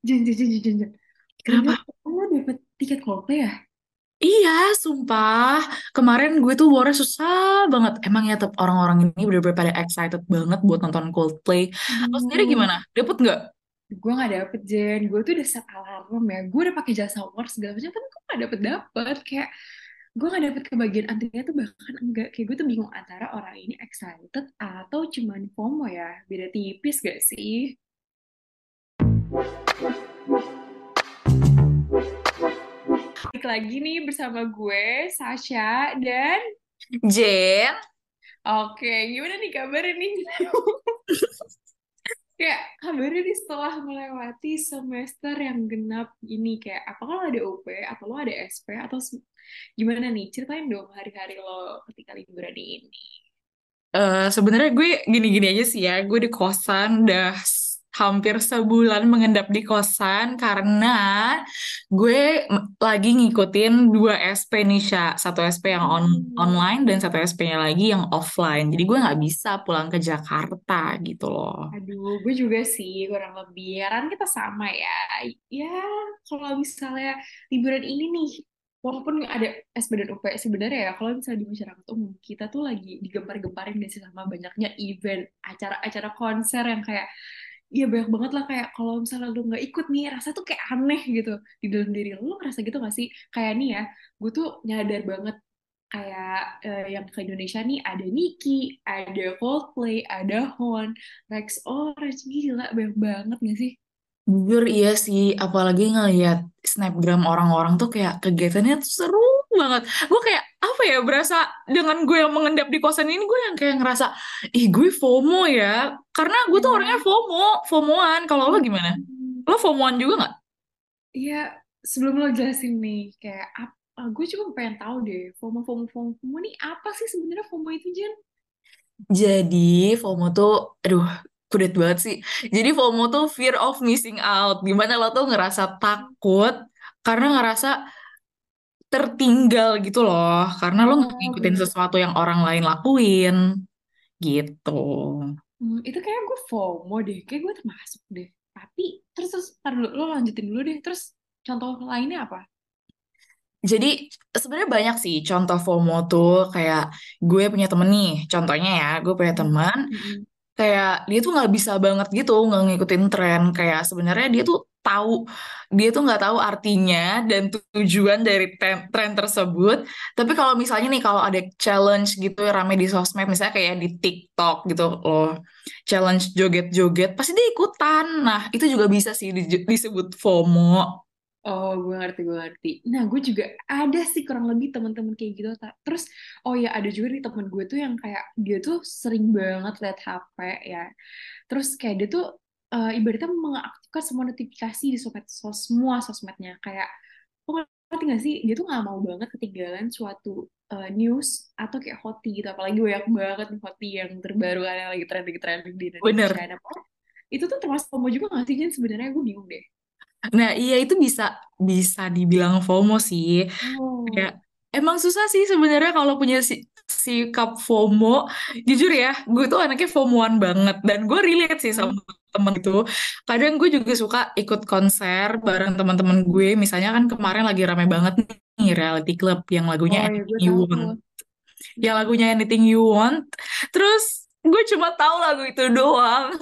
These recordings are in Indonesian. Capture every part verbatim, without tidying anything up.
Jen, jen, jen, jen, jen, jen. Bener, Kenapa? lo dapet tiket Coldplay ya? Iya, sumpah. Kemarin gue tuh warnya susah banget. Emang ya tetap orang-orang ini bener-bener pada excited banget buat nonton Coldplay. Lo sendiri Aduh, gimana? Dapet nggak? gue gak dapet Jen. Gue tuh udah set alarm ya. Gue udah pakai jasa war segala macam, tapi gue gak dapet dapet. Kayak gue gak dapet kebagian antrinya tuh bahkan enggak. Kayak gue tuh bingung antara orang ini excited atau cuman FOMO ya. Beda tipis gak sih? Balik lagi nih bersama gue, Sasha, dan Jen, oke, gimana nih kabarnya nih? Kayak kabarnya nih setelah melewati semester yang genap ini, kayak apa lo ada U P atau lo ada S P atau se- gimana nih? Ceritain dong hari-hari lo ketika liburan ini. eh sebenarnya gue gini-gini aja sih ya. Gue di kosan udah s- hampir sebulan mengendap di kosan karena gue m- lagi ngikutin dua S P nih, Sya. Satu S P yang on Hmm. online dan satu S P-nya lagi yang offline. Jadi gue nggak bisa pulang ke Jakarta gitu loh. Aduh, gue juga sih kurang lebih. Ya kan kita sama ya. Ya, kalau misalnya liburan ini nih, walaupun ada S P dan U P, sebenarnya ya, kalau misalnya di masyarakat umum, kita tuh lagi digempar-gemparin deh sih sama banyaknya event, acara-acara konser yang kayak, iya banyak banget lah kayak kalau misalnya lu nggak ikut nih, rasa tuh kayak aneh gitu di dalam diri lu. Lu ngerasa gitu gak sih? Kayak nih ya, gue tuh nyadar banget kayak eh, yang ke Indonesia nih ada Niki, ada Coldplay, ada Hon, Rex Orange, gila banyak banget gak sih? Jujur iya sih, apalagi ngelihat snapgram orang-orang tuh kayak kegiatannya tuh seru banget. Gue kayak apa ya, berasa dengan gue yang mengendap di kosan ini, gue yang kayak ngerasa, ih gue FOMO ya. Karena gue tuh orangnya Ya, FOMO, FOMOan. Kalau lo gimana? hmm, Lo FOMOan juga nggak? iya sebelum lo jelasin nih kayak apa, gue cuma pengen tahu deh FOMO FOMO FOMO FOMO nih apa sih sebenarnya FOMO itu Jen? Jadi FOMO tuh, aduh, kudet banget sih. Jadi FOMO tuh fear of missing out. Dimana lo tuh ngerasa takut karena ngerasa tertinggal gitu loh. Karena lo nggak Oh ngikutin bener. sesuatu yang orang lain lakuin. Gitu. Hmm, itu kayak gue FOMO deh, kayak gue termasuk deh. Tapi terus terus ntar dulu, lo lanjutin dulu deh. Terus contoh lainnya apa? Jadi sebenarnya banyak sih contoh FOMO tuh, kayak gue punya temen nih, contohnya ya, gue punya Hmm, teman hmm, kayak dia tuh nggak bisa banget gitu nggak ngikutin tren, kayak sebenarnya dia tuh tahu, dia tuh nggak tahu artinya dan tujuan dari tren, tren tersebut. Tapi kalau misalnya nih, kalau ada challenge gitu yang rame di sosmed, misalnya kayak di TikTok gitu loh, challenge joget-joget, pasti dia ikutan. Nah, itu juga bisa sih di- disebut FOMO. oh, gue ngerti, gue ngerti. Nah, gue juga ada sih kurang lebih teman-teman kayak gitu. Ta- Terus, oh ya ada juga nih temen gue tuh yang kayak dia tuh sering banget liat H P ya. Terus kayak dia tuh eh, ibaratnya mengaktifkan semua notifikasi di sosmed, sos- semua sosmednya. Kayak, lo ngerti gak sih? Dia tuh gak mau banget ketinggalan suatu eh, news atau kayak hoti gitu. Apalagi banyak banget nih hoti yang terbaru kan yang lagi trending-trending di Indonesia. Bener. Nah, itu tuh termasuk FOMO juga gak sih? Jen? Sebenarnya gue bingung deh. Nah, iya itu bisa bisa dibilang FOMO sih. Kayak Oh. emang susah sih sebenarnya kalau punya si sikap FOMO. Jujur ya, gue tuh anaknya FOMOan banget dan gue relate sih sama temen itu. Kadang gue juga suka ikut konser bareng teman-teman gue. Misalnya kan kemarin lagi rame banget nih Reality Club yang lagunya Oh ya Anything gue You tahu tuh. Want. Yang Mm-mm. lagunya Anything You Want. Terus gue cuma tahu lagu itu doang.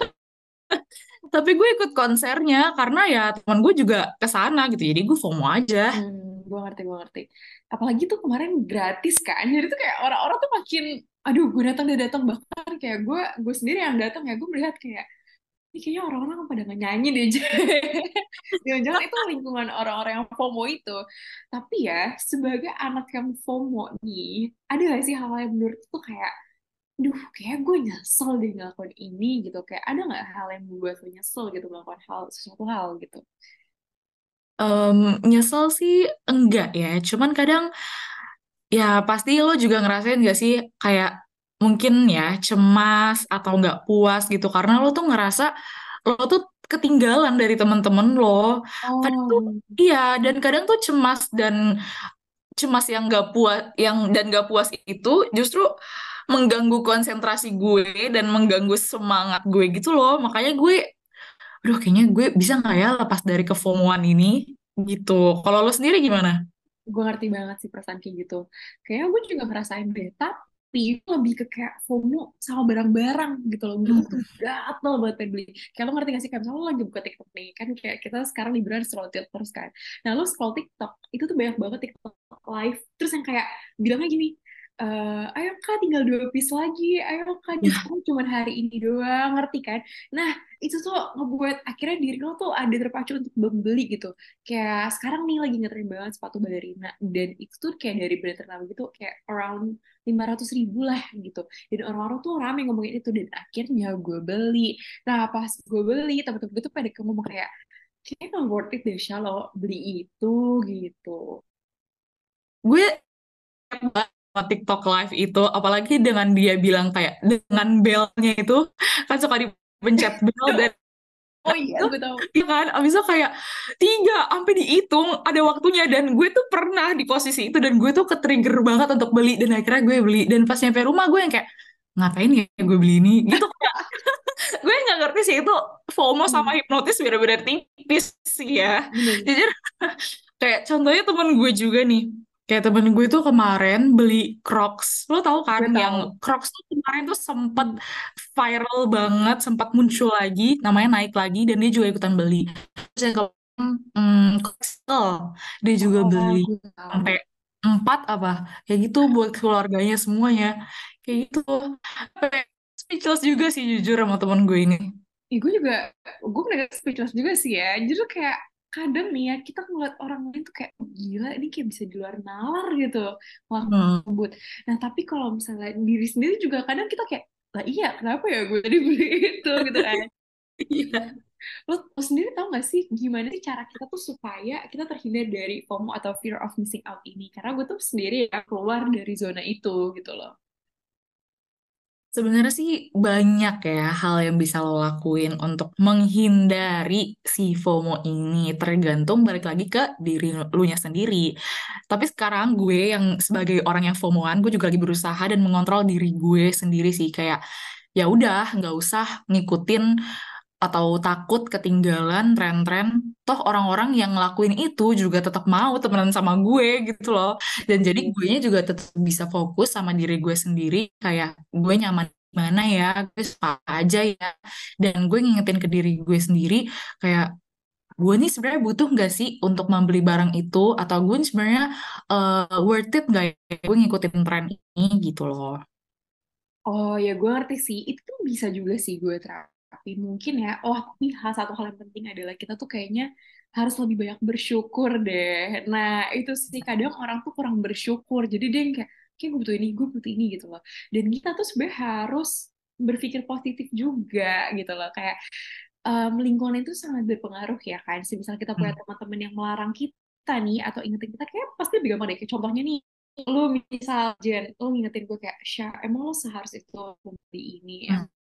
Tapi gue ikut konsernya karena ya teman gue juga ke sana gitu. Jadi gue FOMO aja. Hmm, gue ngerti, gue ngerti. Apalagi tuh kemarin gratis kan, jadi tuh kayak orang-orang tuh makin, aduh gue datang dia datang bahkan kayak gue gue sendiri yang datang ya gue melihat kayak ini kayaknya orang-orang pada nggak nyanyi deh. Jangan-jangan itu lingkungan orang-orang yang FOMO itu. Tapi ya sebagai anak yang FOMO nih, ada gak sih hal yang menurut tuh kayak, duh kayak gue nyesel deh ngelakuin ini gitu. Kayak ada nggak hal yang membuat lo nyesel gitu melakukan hal sesuatu hal gitu? Em, nyesel sih enggak ya, cuman kadang ya pasti lo juga ngerasain gak sih, kayak mungkin ya cemas atau nggak puas gitu karena lo tuh ngerasa lo tuh ketinggalan dari temen-temen lo. Kadang tuh Oh, iya, dan kadang tuh cemas dan cemas yang nggak puas yang dan nggak puas itu justru mengganggu konsentrasi gue dan mengganggu semangat gue gitu loh. Makanya gue aduh kayaknya gue bisa nggak ya lepas dari kefomoan ini gitu. Kalau lo sendiri gimana? Gue ngerti banget sih perasaan kayak gitu. Kayaknya gue juga ngerasain deh, tapi lebih ke kayak FOMO sama barang-barang gitu loh. Gue tuh gatel banget pengen beli. Kayak lo ngerti gak sih, kayak misalnya lo lagi buka TikTok nih, kan kayak kita sekarang liburan scroll TikTok terus kan. Nah lo scroll TikTok, itu tuh banyak banget TikTok live, terus yang kayak bilangnya gini, eh ayo kak tinggal dua piece lagi, ayo kak Ya, diskon cuma hari ini doang, ngerti kan? Nah itu tuh ngebuat akhirnya diri lo tuh ada terpacu untuk membeli gitu. Kayak sekarang nih lagi ngetren banget sepatu balerina, dan itu tuh kayak dari brand ternama gitu, kayak around lima ratus ribu lah gitu, dan orang-orang tuh rame ngomongin itu, dan akhirnya gue beli. Nah pas gue beli, temen-temen gue tuh pada ngomong kayak kayaknya nggak worth it deh Sha lo beli itu gitu. gue sama TikTok live itu, apalagi dengan dia bilang kayak dengan belnya itu kan suka dipencet bel dan Oh iya itu gue tahu. iya kan, abis itu kayak tiga sampai dihitung ada waktunya dan gue tuh pernah di posisi itu dan gue tuh ke-trigger banget untuk beli dan akhirnya gue beli dan pas nyampe rumah gue yang kayak ngapain ya gue beli ini gitu kayak gue nggak ngerti sih itu FOMO sama Hmm, hipnotis beda-beda tipis sih ya bener. jujur. Kayak contohnya temen gue juga nih. Kayak temen gue tuh kemarin beli Crocs. Lo tahu kan Gue yang tahu. Crocs tuh kemarin tuh sempet Hmm. viral banget, sempat muncul lagi, namanya naik lagi dan dia juga ikutan beli. Terus yang ke hmm, Coxel, dia juga Oh beli gue sampai tahu. empat apa kayak gitu buat keluarganya semuanya. Kayak gitu. Sampai speechless juga sih jujur sama temen gue ini. Ih, gue juga, gue bener speechless juga sih ya. Justru kayak kadang nih ya, kita ngeliat orang lain tuh kayak, "Oh, gila ini kayak bisa di luar nalar gitu ngelakuin Hmm. tersebut." Nah, tapi kalau misalnya diri sendiri juga kadang kita kayak, lah iya, kenapa ya gue dibeli itu gitu kan. Iya. Lo, lo sendiri tau gak sih gimana sih cara kita tuh supaya kita terhindar dari FOMO atau fear of missing out ini? Karena gue tuh sendiri ya keluar dari zona itu gitu loh. Sebenarnya sih banyak ya hal yang bisa lo lakuin untuk menghindari si FOMO ini. Tergantung balik lagi ke diri lu nya sendiri. Tapi sekarang gue yang sebagai orang yang FOMOan, gue juga lagi berusaha dan mengontrol diri gue sendiri sih. Kayak ya udah nggak usah ngikutin atau takut ketinggalan tren-tren. Toh orang-orang yang ngelakuin itu juga tetap mau temenan sama gue gitu loh. Dan jadi gue juga tetap bisa fokus sama diri gue sendiri. Kayak gue nyaman di mana ya, gue suka aja ya. Dan gue ngingetin ke diri gue sendiri kayak gue nih sebenarnya butuh nggak sih untuk membeli barang itu atau gue nih sebenarnya eh, worth it nggak ya gue ngikutin tren ini gitu loh. Oh ya gue ngerti sih, itu tuh bisa juga sih gue terapin mungkin ya. Oh tapi hal satu hal yang penting adalah kita tuh kayaknya harus lebih banyak bersyukur deh. Nah itu sih kadang orang tuh kurang bersyukur, jadi dia yang kayak, kayak gue butuh ini, gue butuh ini gitu loh. Dan kita tuh sebenarnya harus berpikir positif juga gitu loh. Kayak em, lingkungan itu sangat berpengaruh ya kan. Misalnya kita punya Hmm. teman-teman yang melarang kita nih atau ingetin kita, kayak pasti lebih gampang deh. Kayak contohnya nih, lu misal Jen, lu ngingetin gue kayak, Syah, emang lo seharusnya itu membeli ini, Hmm. emang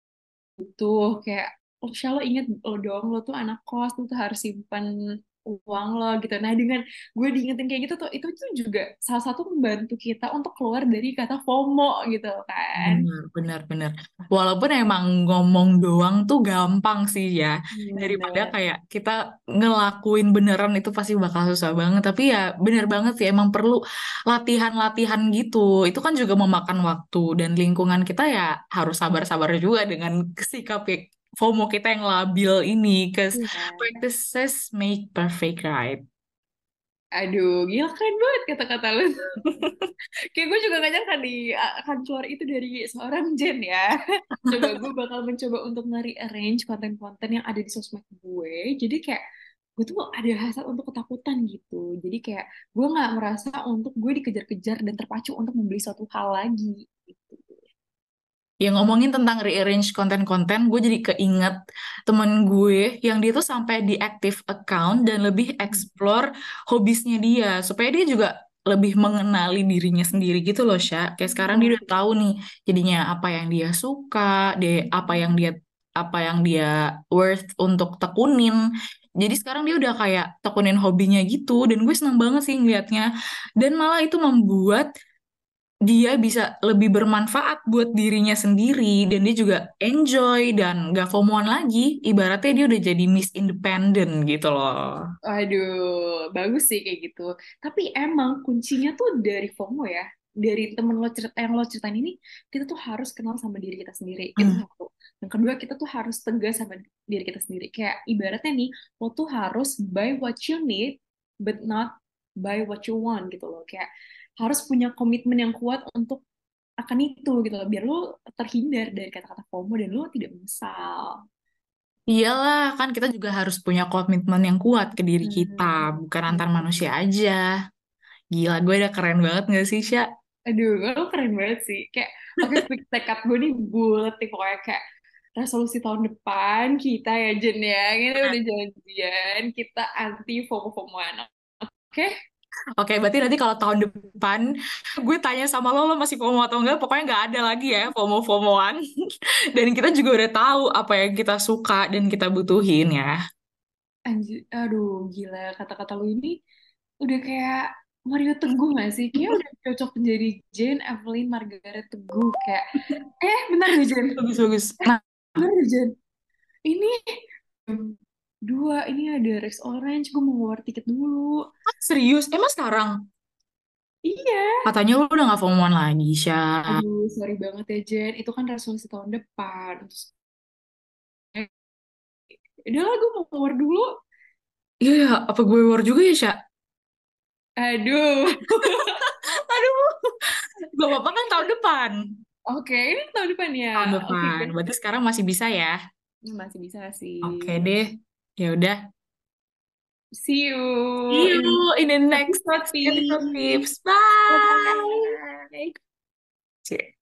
butuh kayak, oh Syah lo inget lo dong, lo tuh anak kos, lo tuh harus simpan uang lo gitu. Nah dengan gue diingetin kayak gitu tuh, itu tuh juga salah satu membantu kita untuk keluar dari kata FOMO gitu kan. Benar, benar, benar. Walaupun emang ngomong doang tuh gampang sih ya, daripada Bener. kayak kita ngelakuin beneran itu pasti bakal susah banget. Tapi ya bener banget sih, emang perlu latihan-latihan gitu. Itu kan juga memakan waktu dan lingkungan kita ya harus sabar-sabar juga dengan sikap FOMO kita yang labil ini. Cause Iya. practices make perfect, right? Aduh, gila keren banget kata-kata lu. Kayak gue juga gak nyangka nih akan keluar itu dari seorang Jen ya. Coba gue bakal mencoba untuk nge-rearrange konten-konten yang ada di sosmed gue. Jadi kayak gue tuh ada hasrat untuk ketakutan gitu. Jadi kayak gue nggak merasa untuk gue dikejar-kejar dan terpacu untuk membeli suatu hal lagi. Gitu. Yang ngomongin tentang rearrange konten-konten, gue jadi keinget temen gue yang dia tuh sampai diaktif account dan lebih explore hobisnya dia supaya dia juga lebih mengenali dirinya sendiri gitu loh, Sya. Kayak sekarang dia Oh, udah tahu nih jadinya apa yang dia suka, deh apa yang dia apa yang dia worth untuk tekunin. Jadi sekarang dia udah kayak tekunin hobinya gitu dan gue seneng banget sih ngeliatnya. Dan malah itu membuat dia bisa lebih bermanfaat buat dirinya sendiri dan dia juga enjoy dan gak FOMOan lagi. Ibaratnya dia udah jadi Miss Independent gitu loh. Aduh, bagus sih kayak gitu. Tapi emang kuncinya tuh dari FOMO ya. Dari temen lo cerita yang lo ceritain ini, kita tuh harus kenal sama diri kita sendiri. Itu Hmm. satu. Yang kedua, kita tuh harus tegas sama diri kita sendiri. Kayak ibaratnya nih, lo tuh harus buy what you need, but not buy what you want gitu loh. Kayak harus punya komitmen yang kuat untuk akan itu gitu loh. Biar lo terhindar dari kata-kata FOMO dan lo tidak menyesal. Iyalah, kan kita juga harus punya komitmen yang kuat ke diri kita, Hmm. bukan antar manusia aja. Gila, gue udah keren banget gak sih, Sya? Aduh, lo keren banget sih. Kayak, oke, quick tekad gue nih bulet nih. Pokoknya kayak resolusi tahun depan kita ya, Jen ya. Kita udah janjian, kita anti FOMO-FOMOan. Oke? Oke, berarti nanti kalau tahun depan gue tanya sama lo, lo masih FOMO atau enggak, pokoknya nggak ada lagi ya FOMO-FOMOan. Dan kita juga udah tahu apa yang kita suka dan kita butuhin ya. Anjir, aduh, gila. Kata-kata lo ini udah kayak Mario Teguh gak sih? Kayak udah cocok menjadi Jane Evelyn Margaret Teguh. Kayak, eh, bentar deh, Jen. Bagus-bagus. Eh, Nah, bentar deh, Jen. Ini jam dua, ini ada Rex Orange. Gue mau ngeluar tiket dulu. serius? Emang sekarang? Iya. Katanya lo udah gak FOMOan lagi, Sya. Aduh, sorry banget ya, Jen. Itu kan resolusi tahun depan. Terus, eh, udah lah, gue mau keluar dulu. Iya, ya, apa gue war juga ya, Sya? Aduh. Aduh, gak apa-apa kan tahun depan. Oke, ini tahun depan ya. Tahun Oke, depan. guys. Berarti sekarang masih bisa ya. Masih bisa sih. Oke deh. Ya udah. See See you in the you in the next episode next episode tips. tips. Bye. Bye-bye. Cie.